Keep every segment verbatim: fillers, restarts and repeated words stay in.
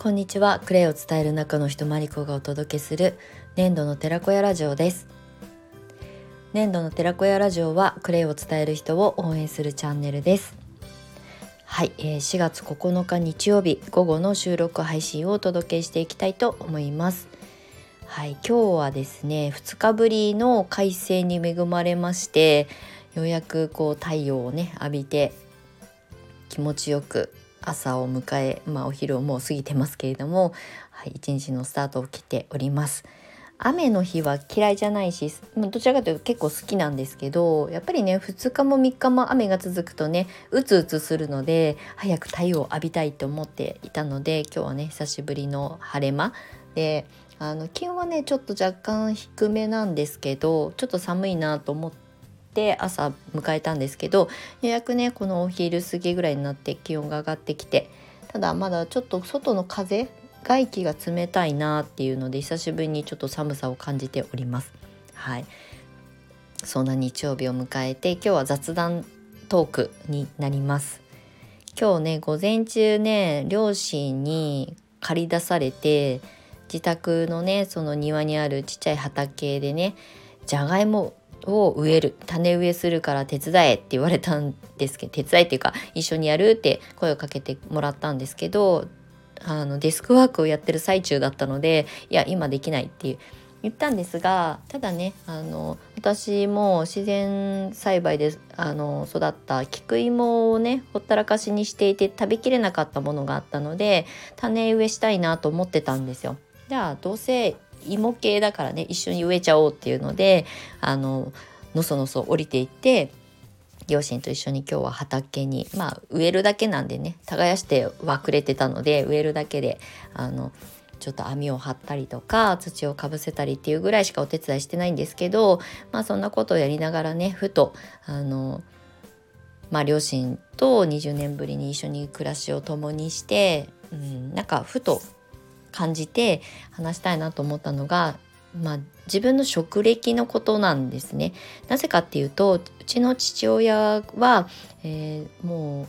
こんにちは。クレイを伝える中の人マリコがお届けする粘土の寺子屋ラジオです。粘土の寺子屋ラジオはクレイを伝える人を応援するチャンネルです。はい、えー、しがつここのか日曜日午後の収録配信をお届けしていきたいと思います。はい、今日はですねふつかぶりの快晴に恵まれまして、ようやくこう太陽をね浴びて気持ちよく朝を迎え、まあお昼をもう過ぎてますけれども、はい、一日のスタートを切っております。雨の日は嫌いじゃないし、どちらかというと結構好きなんですけど、やっぱりねふつかもみっかも雨が続くとねうつうつするので、早く太陽を浴びたいと思っていたので、今日はね久しぶりの晴れ間で、あの気温はねちょっと若干低めなんですけど、ちょっと寒いなと思ってで朝迎えたんですけど、ようやくねこのお昼過ぎぐらいになって気温が上がってきて、ただまだちょっと外の風外気が冷たいなっていうので、久しぶりにちょっと寒さを感じております。はい、そんな日曜日を迎えて、今日は雑談トークになります。今日ね午前中ね両親に借り出されて、自宅のねその庭にあるちっちゃい畑でねじゃがいもを植える、種植えするから手伝えって言われたんですけど、手伝いっていうか一緒にやるって声をかけてもらったんですけど、あのデスクワークをやってる最中だったので、いや今できないっていう言ったんですが、ただねあの私も自然栽培であの育った菊芋をねほったらかしにしていて食べきれなかったものがあったので、種植えしたいなと思ってたんですよ。じゃあどうせ芋系だからね一緒に植えちゃおうっていうので、あののそのそ降りていって、両親と一緒に今日は畑に、まあ植えるだけなんでね、耕してはくれてたので植えるだけで、あのちょっと網を張ったりとか土をかぶせたりっていうぐらいしかお手伝いしてないんですけど、まあそんなことをやりながらね、ふとあのまあ両親とにじゅうねんぶりに一緒に暮らしを共にして、うん、なんかふと感じて話したいなと思ったのが、まあ、自分の職歴のことなんですね。なぜかっていうと、うちの父親は、えー、もう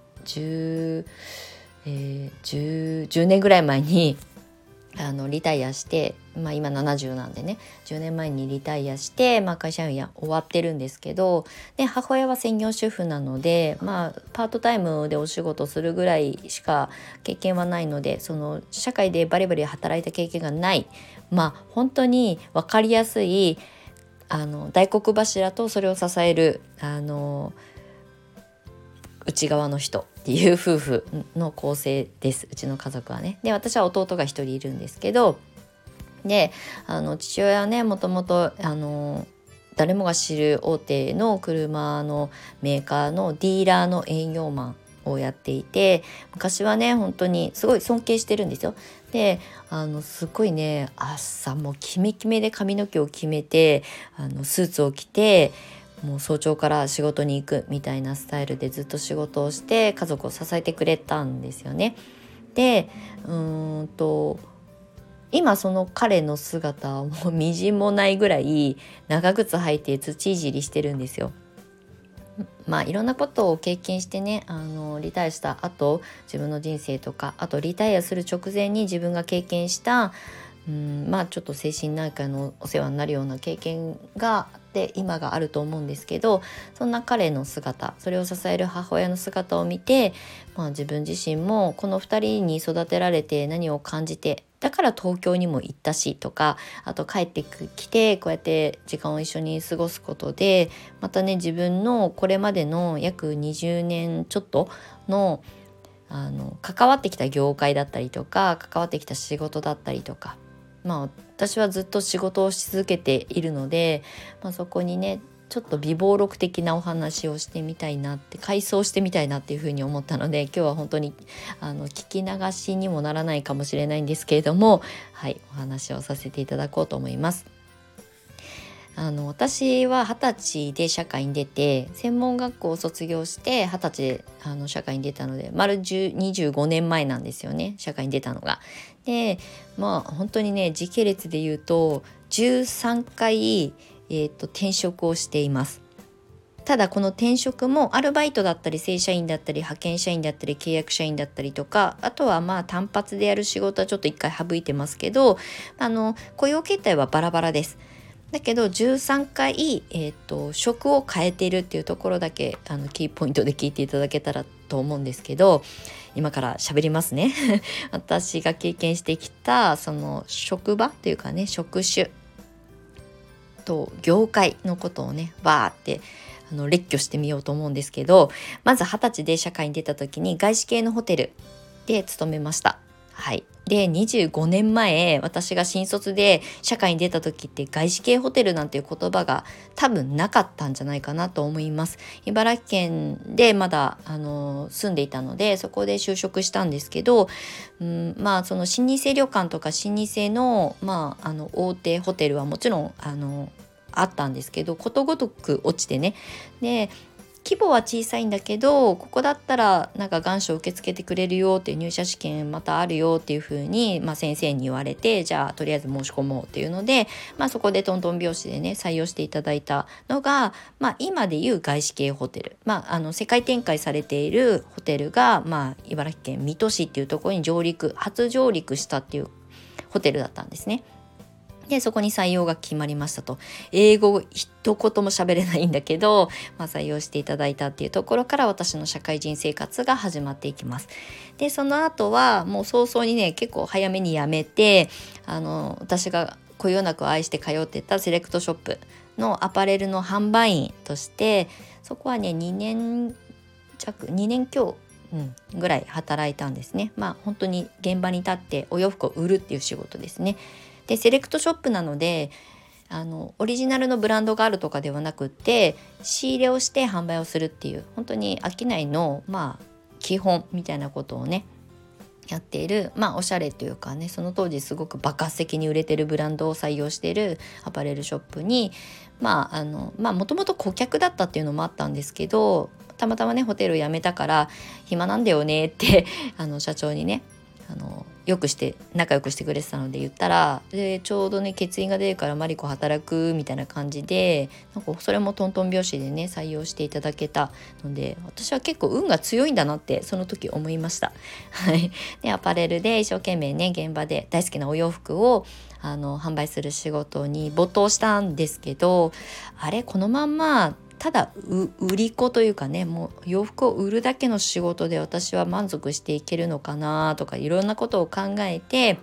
10、えー、10, 年ぐらい前にあのリタイアして、まあ、今ななじゅうなんでねじゅうねんまえにリタイアして、まあ、会社員や終わってるんですけど、で母親は専業主婦なので、まあ、パートタイムでお仕事するぐらいしか経験はないので、その社会でバリバリ働いた経験がない、まあ本当に分かりやすいあの大黒柱とそれを支えるあの内側の人っていう夫婦の構成です。うちの家族はね。で私は弟が一人いるんですけど、であの父親はねもともとあの誰もが知る大手の車のメーカーのディーラーの営業マンをやっていて、昔はね本当にすごい尊敬してるんですよ。であのすごいね朝もうキメキメで髪の毛を決めて、あのスーツを着て、もう早朝から仕事に行くみたいなスタイルでずっと仕事をして家族を支えてくれたんですよね。でうーんと今その彼の姿はもうみじんもないぐらい長靴履いて土いじりしてるんですよ。まあいろんなことを経験してね、あのリタイアした後自分の人生とか、あとリタイアする直前に自分が経験したうんまあちょっと精神内科のお世話になるような経験があって今があると思うんですけど、そんな彼の姿、それを支える母親の姿を見て、まあ、自分自身もこのふたりに育てられて何を感じて、だから東京にも行ったしとか、あと帰ってきてこうやって時間を一緒に過ごすことで、またね自分のこれまでの約にじゅうねんちょっとのあの関わってきた業界だったりとか、関わってきた仕事だったりとか、まあ私はずっと仕事をし続けているので、まあ、そこにねちょっと美貌録的なお話をしてみたいなって、回想してみたいなっていうふうに思ったので、今日は本当にあの聞き流しにもならないかもしれないんですけれども、はいお話をさせていただこうと思います。あの私は二十歳で社会に出て、専門学校を卒業して二十歳であの社会に出たので丸にじゅうごねんまえなんですよね、社会に出たのが。でまあ本当にね時系列で言うとじゅうさんかい、えーと、転職をしています。 ただこの転職もアルバイトだったり正社員だったり派遣社員だったり契約社員だったりとか、あとはまあ単発でやる仕事はちょっと一回省いてますけど、あの雇用形態はバラバラです。だけどじゅうさんかい、えーと、職を変えているっていうところだけあのキーポイントで聞いていただけたらと思うんですけど、今から喋りますね私が経験してきたその職場というかね、職種と業界のことをねバーってあの列挙してみようと思うんですけど、まずはたちで社会に出た時に外資系のホテルで勤めました。はい。でにじゅうごねんまえ、私が新卒で社会に出た時って外資系ホテルなんていう言葉が多分なかったんじゃないかなと思います。茨城県でまだあの住んでいたので、そこで就職したんですけど、うん、まあその老舗旅館とか老舗の、まあ、あの大手ホテルはもちろんあのあったんですけど、ことごとく落ちてね、で規模は小さいんだけど、ここだったらなんか願書受け付けてくれるよっていう、入社試験またあるよっていう風に、まあ、先生に言われて、じゃあとりあえず申し込もうっていうので、まあ、そこでトントン拍子でね採用していただいたのが、まあ、今でいう外資系ホテル、まあ、あの世界展開されているホテルが、まあ、茨城県水戸市っていうところに上陸初上陸したっていうホテルだったんですね。でそこに採用が決まりましたと。英語一言も喋れないんだけど、まあ、採用していただいたっていうところから私の社会人生活が始まっていきます。でその後はもう早々にね結構早めに辞めて、あの私がこよなく愛して通ってたセレクトショップのアパレルの販売員として、そこはねにねん弱にねん強うん、ぐらい働いたんですね。まあ本当に現場に立ってお洋服を売るっていう仕事ですね。でセレクトショップなので、あのオリジナルのブランドがあるとかではなくって、仕入れをして販売をするっていう本当に商いのまあ基本みたいなことをねやっている、まあおしゃれというかね、その当時すごく爆発的に売れてるブランドを採用しているアパレルショップに、まああのまあもともと顧客だったっていうのもあったんですけど、たまたまねホテルを辞めたから暇なんだよねってあの社長にねあのよくして仲良くしてくれてたので言ったら、でちょうどね欠員が出るからマリコ働くみたいな感じで、なんかそれもトントン拍子でね採用していただけたので、私は結構運が強いんだなってその時思いました。はい。でアパレルで一生懸命ね現場で大好きなお洋服をあの販売する仕事に没頭したんですけど、あれこのまんまただ売り子というかね、もう洋服を売るだけの仕事で私は満足していけるのかなとか、いろんなことを考えて、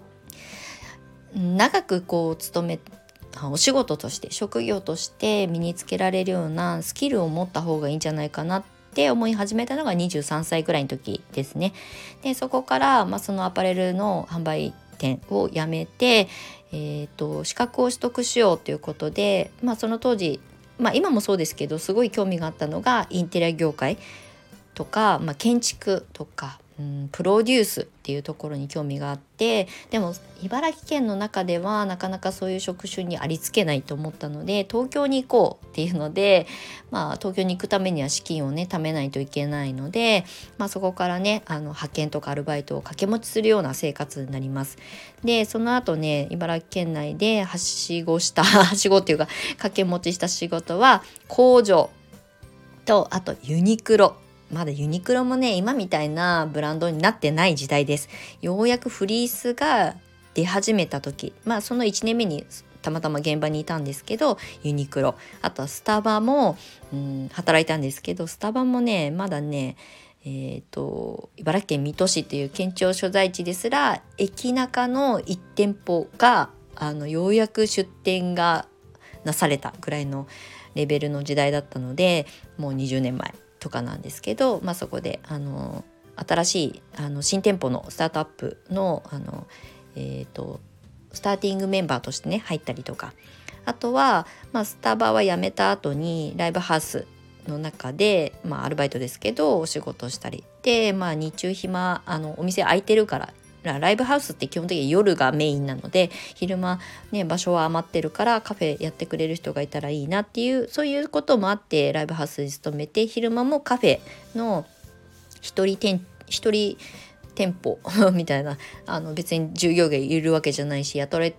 長くこう勤めお仕事として職業として身につけられるようなスキルを持った方がいいんじゃないかなって思い始めたのがにじゅうさんさいぐらいの時ですね。でそこから、まあ、そのアパレルの販売店を辞めて、えーと、資格を取得しようということで、まあ、その当時まあ、今もそうですけどすごい興味があったのがインテリア業界とか、まあ、建築とか、うん、プロデュースっていうところに興味があって、でも茨城県の中ではなかなかそういう職種にありつけないと思ったので、東京に行こうっていうので、まあ、東京に行くためには資金をね貯めないといけないので、まあ、そこからねあの派遣とかアルバイトを掛け持ちするような生活になります。でその後ね茨城県内ではしごしたはしごっていうか掛け持ちした仕事は工場と、あとユニクロ。まだユニクロもね今みたいなブランドになってない時代です。ようやくフリースが出始めた時、まあそのいちねんめにたまたま現場にいたんですけど、ユニクロ、あとはスタバも、うん、働いたんですけど、スタバもねまだねえーと茨城県水戸市っていう県庁所在地ですら駅中のいち店舗があのようやく出店がなされたぐらいのレベルの時代だったので、もうにじゅうねんまえとかなんですけど、まあ、そこであの新しいあの新店舗のスタートアップの、あの、えーと、スターティングメンバーとしてね入ったりとか、あとは、まあ、スタバは辞めた後にライブハウスの中で、まあ、アルバイトですけどお仕事したりで、まあ、日中暇あのお店空いてるからライブハウスって基本的に夜がメインなので、昼間ね場所は余ってるからカフェやってくれる人がいたらいいなっていう、そういうこともあってライブハウスに勤めて、昼間もカフェの一人店一人店舗みたいな、あの別に従業員がいるわけじゃないし雇われ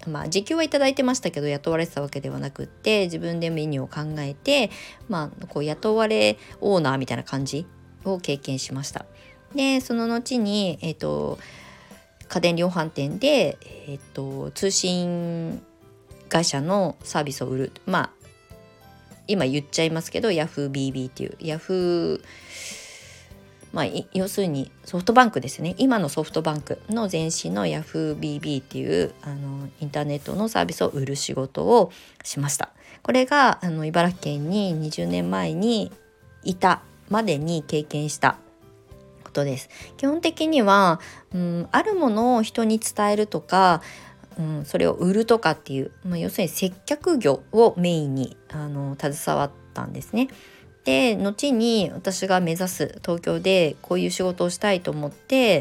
まあ時給はいただいてましたけど雇われてたわけではなくって、自分でメニューを考えて、まあこう雇われオーナーみたいな感じを経験しました。でその後に、えーと、家電量販店で、えーと、通信会社のサービスを売る、まあ今言っちゃいますけど ヤフービービー っていう Yahoo、まあ、要するにソフトバンクですね。今のソフトバンクの前身の ヤフービービー っていうあのインターネットのサービスを売る仕事をしました。これがあの茨城県ににじゅうねんまえにいたまでに経験したことです。基本的には、うん、あるものを人に伝えるとか、うん、それを売るとかっていう、まあ、要するに接客業をメインにあの携わったんですね。で後に私が目指す東京でこういう仕事をしたいと思って、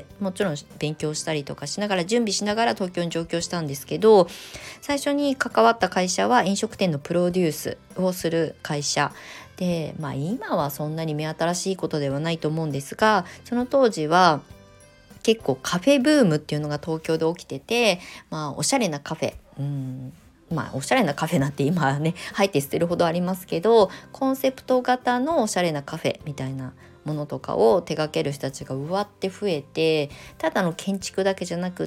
もちろん勉強したりとかしながら準備しながら東京に上京したんですけど、最初に関わった会社は飲食店のプロデュースをする会社で、まあ今はそんなに目新しいことではないと思うんですが、その当時は結構カフェブームっていうのが東京で起きてて、まあおしゃれなカフェ、うんまあおしゃれなカフェなんて今はね入って捨てるほどありますけど、コンセプト型のおしゃれなカフェみたいなものとかを手掛ける人たちがうわって増えて、ただの建築だけじゃなくって、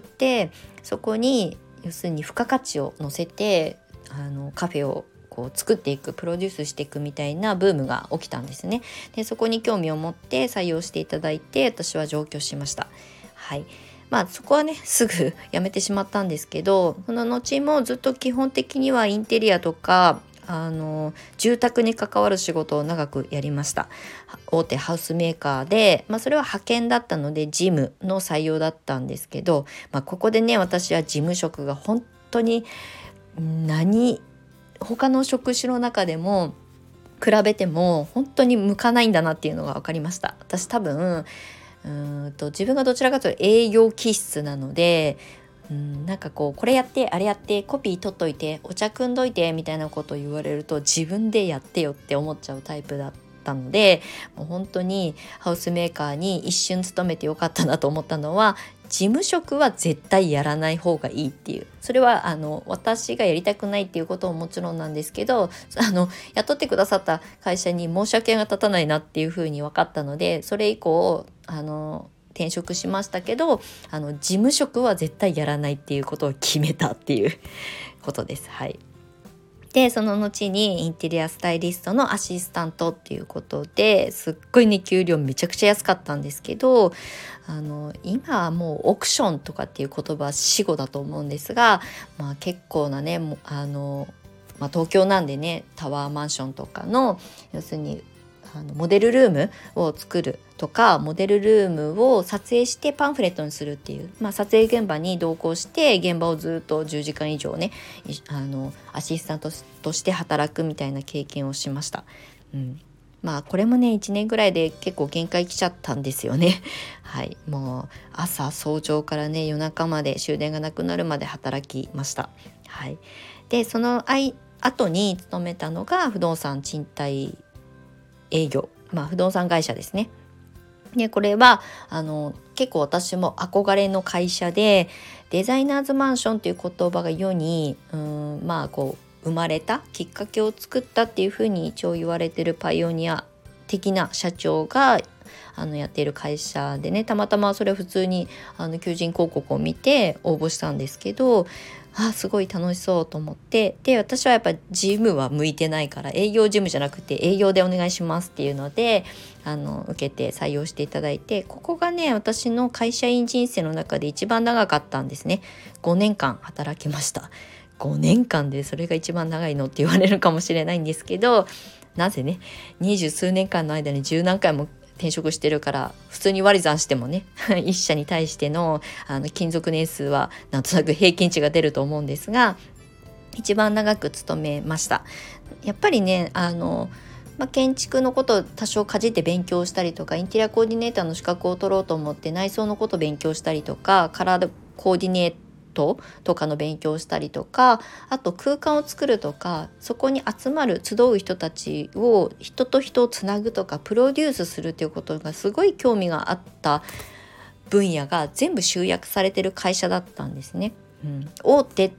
そこに要するに付加価値を乗せてあのカフェをこう作っていく、プロデュースしていくみたいなブームが起きたんですね。でそこに興味を持って採用していただいて、私は上京しました。はい、まあそこはねすぐ辞めてしまったんですけど、その後もずっと基本的にはインテリアとかあの住宅に関わる仕事を長くやりました。大手ハウスメーカーで、まあ、それは派遣だったので事務の採用だったんですけど、まあ、ここでね私は事務職が本当に何他の職種の中でも比べても本当に向かないんだなっていうのが分かりました。私多分うーんと自分がどちらかというと営業気質なので、うんなんかこうこれやってあれやってコピー取っといてお茶汲んどいてみたいなことを言われると自分でやってよって思っちゃうタイプだったので、もう本当にハウスメーカーに一瞬勤めてよかったなと思ったのは、事務職は絶対やらない方がいいっていう、それはあの私がやりたくないっていうことももちろんなんですけど、あの雇ってくださった会社に申し訳が立たないなっていうふうに分かったので、それ以降あの転職しましたけど、あの事務職は絶対やらないっていうことを決めたっていうことです。はい。でその後にインテリアスタイリストのアシスタントっていうことで、すっごいね給料めちゃくちゃ安かったんですけど、あの今はもうオークションとかっていう言葉は死語だと思うんですが、まあ、結構なねもあの、まあ、東京なんでねタワーマンションとかの要するにあのモデルルームを作るとか、モデルルームを撮影してパンフレットにするっていう、まあ、撮影現場に同行して現場をずっとじゅうじかん以上ねあのアシスタントとして働くみたいな経験をしました。うん、まあこれもねいちねんぐらいで結構限界来ちゃったんですよね。はい、もう朝早朝からね夜中まで終電がなくなるまで働きました。はい、でそのあい後に勤めたのが不動産賃貸営業、まあ、不動産会社ですね。でこれはあの結構私も憧れの会社で、デザイナーズマンションという言葉が世にうんまあこう生まれたきっかけを作ったっていうふうに一応言われてるパイオニア的な社長があのやっている会社でね、たまたまそれは普通にあの求人広告を見て応募したんですけど、あすごい楽しそうと思って、で私はやっぱ事務は向いてないから営業事務じゃなくて営業でお願いしますっていうのであの受けて採用していただいて、ここがね私の会社員人生の中で一番長かったんですね。ごねんかん働きました。ごねんかんでそれが一番長いのって言われるかもしれないんですけど、なぜね二十数年間の間に十何回も転職してるから、普通に割り算してもね一社に対してのあの勤続年数はなんとなく平均値が出ると思うんですが、一番長く勤めました。やっぱりねあの、まあ、建築のことを多少かじって勉強したりとか、インテリアコーディネーターの資格を取ろうと思って内装のことを勉強したりとか、カラーコーディネートとかの勉強をしたりとか、あと空間を作るとか、そこに集まる集う人たちを人と人をつなぐとかプロデュースするということがすごい興味があった分野が全部集約されてる会社だったんですね。うん、大手じ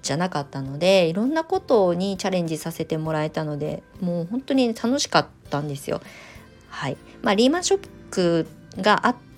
じゃなかったので、いろんなことにチャレンジさせてもらえたので、もう本当に楽しかったんですよ。はい。まあリーマンショックがあって、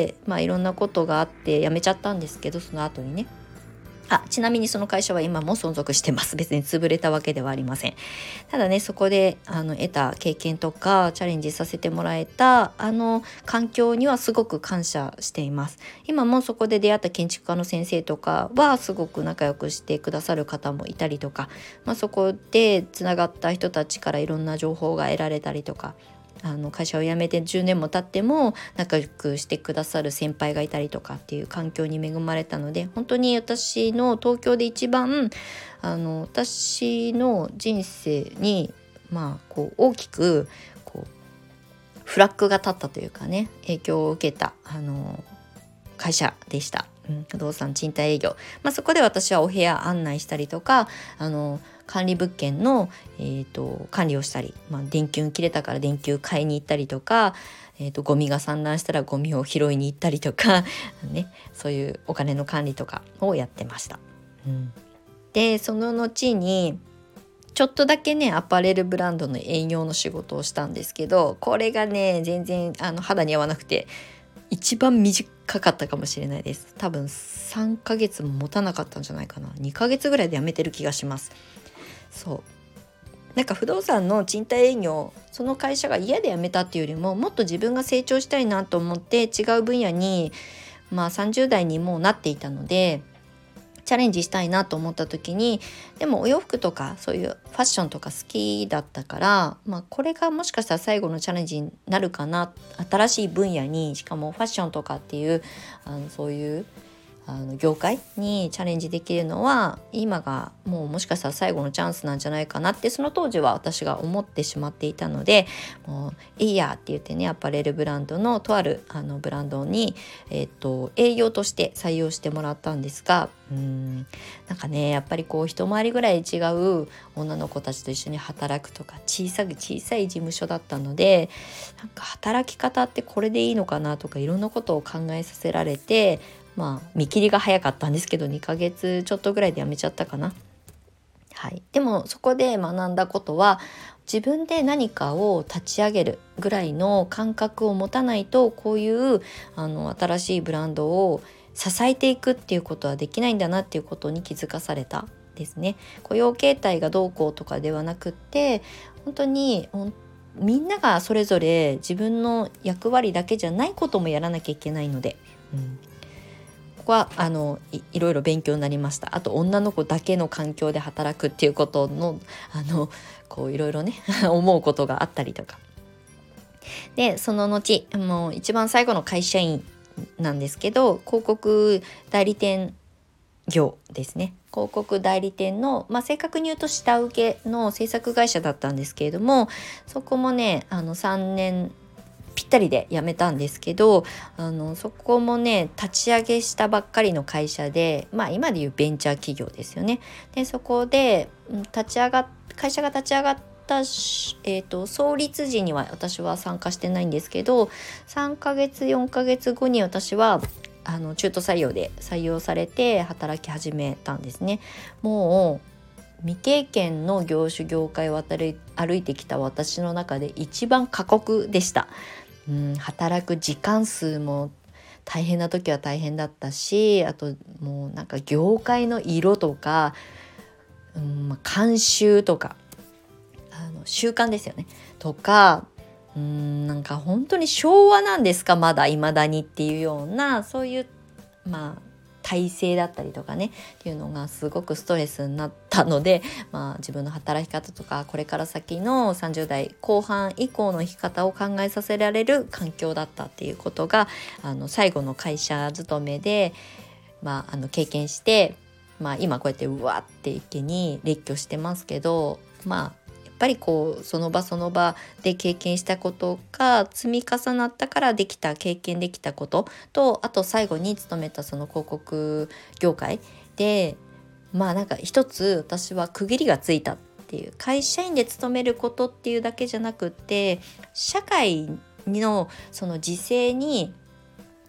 まあいろんなことがあって辞めちゃったんですけど、その後にね。あ、ちなみにその会社は今も存続してます。別に潰れたわけではありません。ただね、そこであの得た経験とかチャレンジさせてもらえたあの環境にはすごく感謝しています。今もそこで出会った建築家の先生とかはすごく仲良くしてくださる方もいたりとか、まあ、そこでつながった人たちからいろんな情報が得られたりとか、あの会社を辞めてじゅうねんも経っても仲良くしてくださる先輩がいたりとかっていう環境に恵まれたので、本当に私の東京で一番あの私の人生にまあこう大きくこうフラッグが立ったというかね、影響を受けたあの会社でした。うん、不動産賃貸営業、まあ、そこで私はお部屋案内したりとか、あの管理物件の、えーと、管理をしたり、まあ、電球切れたから電球買いに行ったりとか、えーと、ゴミが散乱したらゴミを拾いに行ったりとか、ね、そういうお金の管理とかをやってました。うん、でその後にちょっとだけねアパレルブランドの営業の仕事をしたんですけど、これがね全然あの肌に合わなくて一番短かったかもしれないです。多分さんかげつも持たなかったんじゃないかな。にかげつぐらいで辞めてる気がします。そうなんか不動産の賃貸営業、その会社が嫌で辞めたっていうよりも、もっと自分が成長したいなと思って違う分野に、まあ、さんじゅう代にもうなっていたのでチャレンジしたいなと思った時に、でもお洋服とかそういうファッションとか好きだったから、まあ、これがもしかしたら最後のチャレンジになるかな、新しい分野に、しかもファッションとかっていうあのそういうあの業界にチャレンジできるのは今がもうもしかしたら最後のチャンスなんじゃないかなって、その当時は私が思ってしまっていたので、もういいやって言ってね、アパレルブランドのとあるあのブランドに、えっと、営業として採用してもらったんですが、うーんなんかねやっぱりこう一回りぐらい違う女の子たちと一緒に働くとか、小さく小さい事務所だったので、なんか働き方ってこれでいいのかなとかいろんなことを考えさせられて、まあ見切りが早かったんですけどにかげつちょっとぐらいで辞めちゃったかな。はい、でもそこで学んだことは、自分で何かを立ち上げるぐらいの感覚を持たないと、こういうあの新しいブランドを支えていくっていうことはできないんだなっていうことに気づかされたですね。雇用形態がどうこうとかではなくって、本当にみんながそれぞれ自分の役割だけじゃないこともやらなきゃいけないので、うんここはあの い, いろいろ勉強になりました。あと女の子だけの環境で働くっていうことのあのこういろいろね思うことがあったりとかで、その後もう一番最後の会社員なんですけど、広告代理店業ですね。広告代理店の、まあ、正確に言うと下請けの制作会社だったんですけれども、そこもねあのさんねんぴったりで辞めたんですけど、あのそこもね立ち上げしたばっかりの会社で、まあ今でいうベンチャー企業ですよね。でそこで立ち上が会社が立ち上がった、えーと、創立時には私は参加してないんですけど、さんかげつよんかげつごに私はあの中途採用で採用されて働き始めたんですね。もう未経験の業種業界を渡り歩いてきた私の中で一番過酷でした。うん、働く時間数も大変な時は大変だったし、あともうなんか業界の色とか、うんまあ、慣習とかあの習慣ですよねとか、うんなんか本当に昭和なんですかまだ未だにっていうような、そういうまあ体制だったりとかねっていうのがすごくストレスになったので、まあ、自分の働き方とかこれから先のさんじゅう代後半以降の生き方を考えさせられる環境だったっていうことがあの最後の会社勤めで、まあ、あの経験して、まあ、今こうやってうわって一気に列挙してますけど、まあやっぱりこうその場その場で経験したことが積み重なったからできた経験できたことと、あと最後に勤めたその広告業界でまあなんか一つ私は区切りがついたっていう、会社員で勤めることっていうだけじゃなくって社会のその時勢に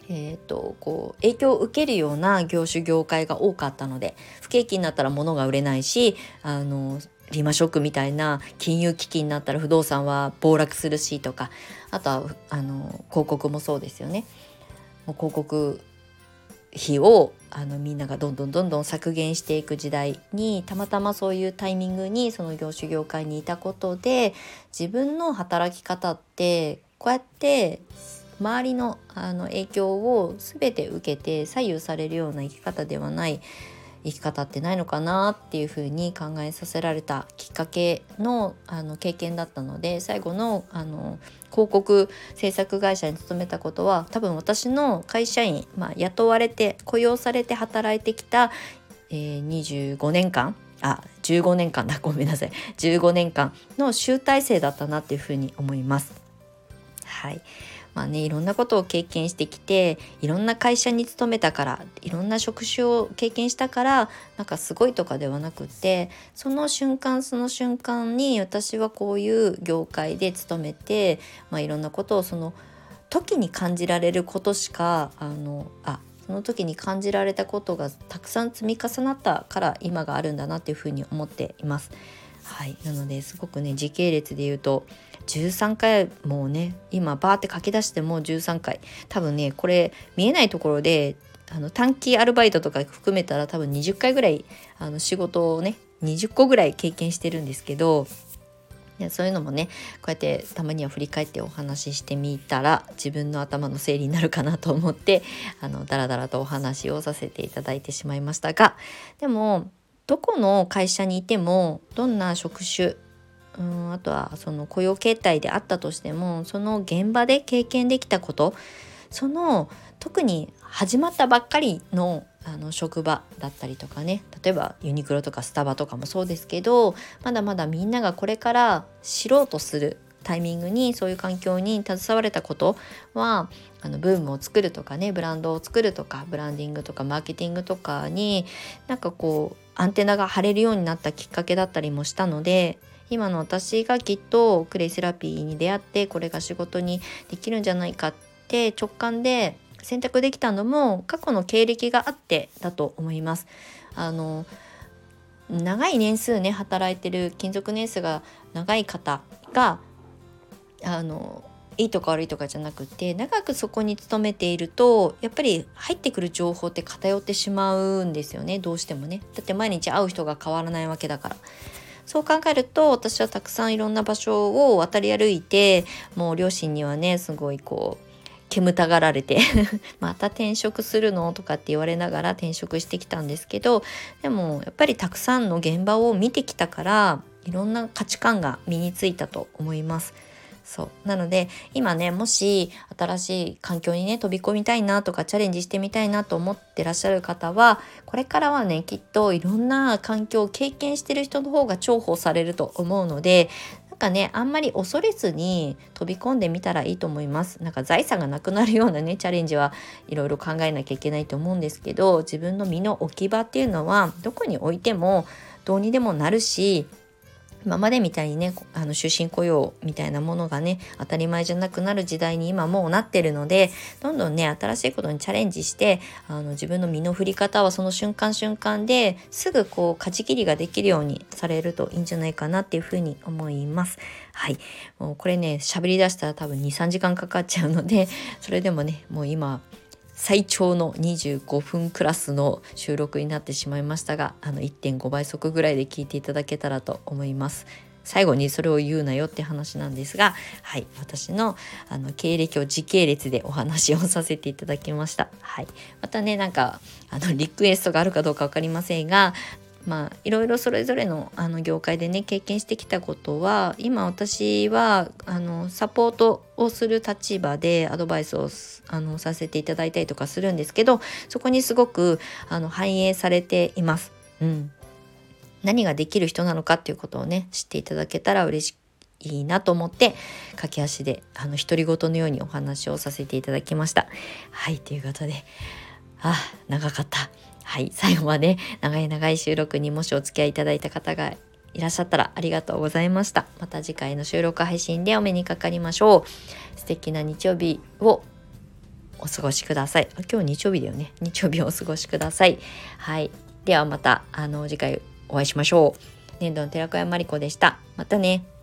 えー、とこう影響を受けるような業種業界が多かったので、不景気になったら物が売れないし、あのリーマンショックみたいな金融危機になったら不動産は暴落するしとか、あとはあの広告もそうですよね。もう広告費をあのみんながどんどんどんどん削減していく時代に、たまたまそういうタイミングにその業種業界にいたことで、自分の働き方ってこうやって周りの、あの影響を全て受けて左右されるような生き方ではない生き方ってないのかなっていうふうに考えさせられたきっかけの、あの経験だったので、最後の、あの広告制作会社に勤めたことは、多分私の会社員、まあ、雇われて雇用されて働いてきた、えー、にじゅうごねんかんあじゅうごねんかんだごめんなさいじゅうごねんかんの集大成だったなっていうふうに思います。はい。まあね、いろんなことを経験してきて、いろんな会社に勤めたから、いろんな職種を経験したからなんかすごいとかではなくって、その瞬間その瞬間に私はこういう業界で勤めて、まあ、いろんなことをその時に感じられることしかあのあその時に感じられたことがたくさん積み重なったから今があるんだなっていうふうに思っています。はい、なのですごくね、時系列で言うとじゅうさんかいもうね、今バーって書き出してもじゅうさんかい、多分ねこれ見えないところであの短期アルバイトとか含めたら多分にじゅっかいぐらいあの仕事をねにじゅっこぐらい経験してるんですけど、いやそういうのもねこうやってたまには振り返ってお話ししてみたら自分の頭の整理になるかなと思ってあのだらだらとお話をさせていただいてしまいましたが、でもどこの会社にいてもどんな職種、うん、あとはその雇用形態であったとしても、その現場で経験できたこと、その特に始まったばっかりのあの職場だったりとかね、例えばユニクロとかスタバとかもそうですけど、まだまだみんながこれから知ろうとするタイミングにそういう環境に携われたことは、あのブームを作るとかね、ブランドを作るとか、ブランディングとかマーケティングとかになんかこうアンテナが張れるようになったきっかけだったりもしたので、今の私がきっとクレイセラピーに出会ってこれが仕事にできるんじゃないかって直感で選択できたのも過去の経歴があってだと思います。あの長い年数ね働いてる、勤続年数が長い方があのいいとか悪いとかじゃなくて、長くそこに勤めているとやっぱり入ってくる情報って偏ってしまうんですよね、どうしてもね。だって毎日会う人が変わらないわけだから。そう考えると私はたくさんいろんな場所を渡り歩いて、もう両親にはねすごいこう煙たがられてまた転職するのとかって言われながら転職してきたんですけど、でもやっぱりたくさんの現場を見てきたからいろんな価値観が身についたと思います。そうなので今ね、もし新しい環境にね飛び込みたいなとかチャレンジしてみたいなと思ってらっしゃる方は、これからはねきっといろんな環境を経験してる人の方が重宝されると思うので、なんかねあんまり恐れずに飛び込んでみたらいいと思います。なんか財産がなくなるようなねチャレンジはいろいろ考えなきゃいけないと思うんですけど、自分の身の置き場っていうのはどこに置いてもどうにでもなるし、今までみたいにねあの終身雇用みたいなものがね当たり前じゃなくなる時代に今もうなってるので、どんどんね新しいことにチャレンジして、あの自分の身の振り方はその瞬間瞬間ですぐこう舵切りができるようにされるといいんじゃないかなっていうふうに思います。はい、もうこれね喋り出したら多分 にさんじかんかかっちゃうので、それでもねもう今最長のにじゅうごふんクラスの収録になってしまいましたが、あの いってんごばい速ぐらいで聞いていただけたらと思います。最後にそれを言うなよって話なんですが、はい、私のあの経歴を時系列でお話をさせていただきました。はい、またねなんかあのリクエストがあるかどうか分かりませんが、まあいろいろそれぞれのあの業界でね経験してきたことは、今私はあのサポートをする立場でアドバイスをあのさせていただいたりとかするんですけど、そこにすごくあの反映されています。うん、何ができる人なのかっていうことをね知っていただけたら嬉しいなと思って、駆け足であの独り言のようにお話をさせていただきました。はい、ということで、あ長かった。はい、最後まで長い長い収録にもしお付き合いいただいた方がいらっしゃったらありがとうございました。また次回の収録配信でお目にかかりましょう。素敵な日曜日をお過ごしください。今日日曜日だよね。日曜日をお過ごしください。はい。ではまたあの次回お会いしましょう。粘土の寺子屋まりこでした。またね。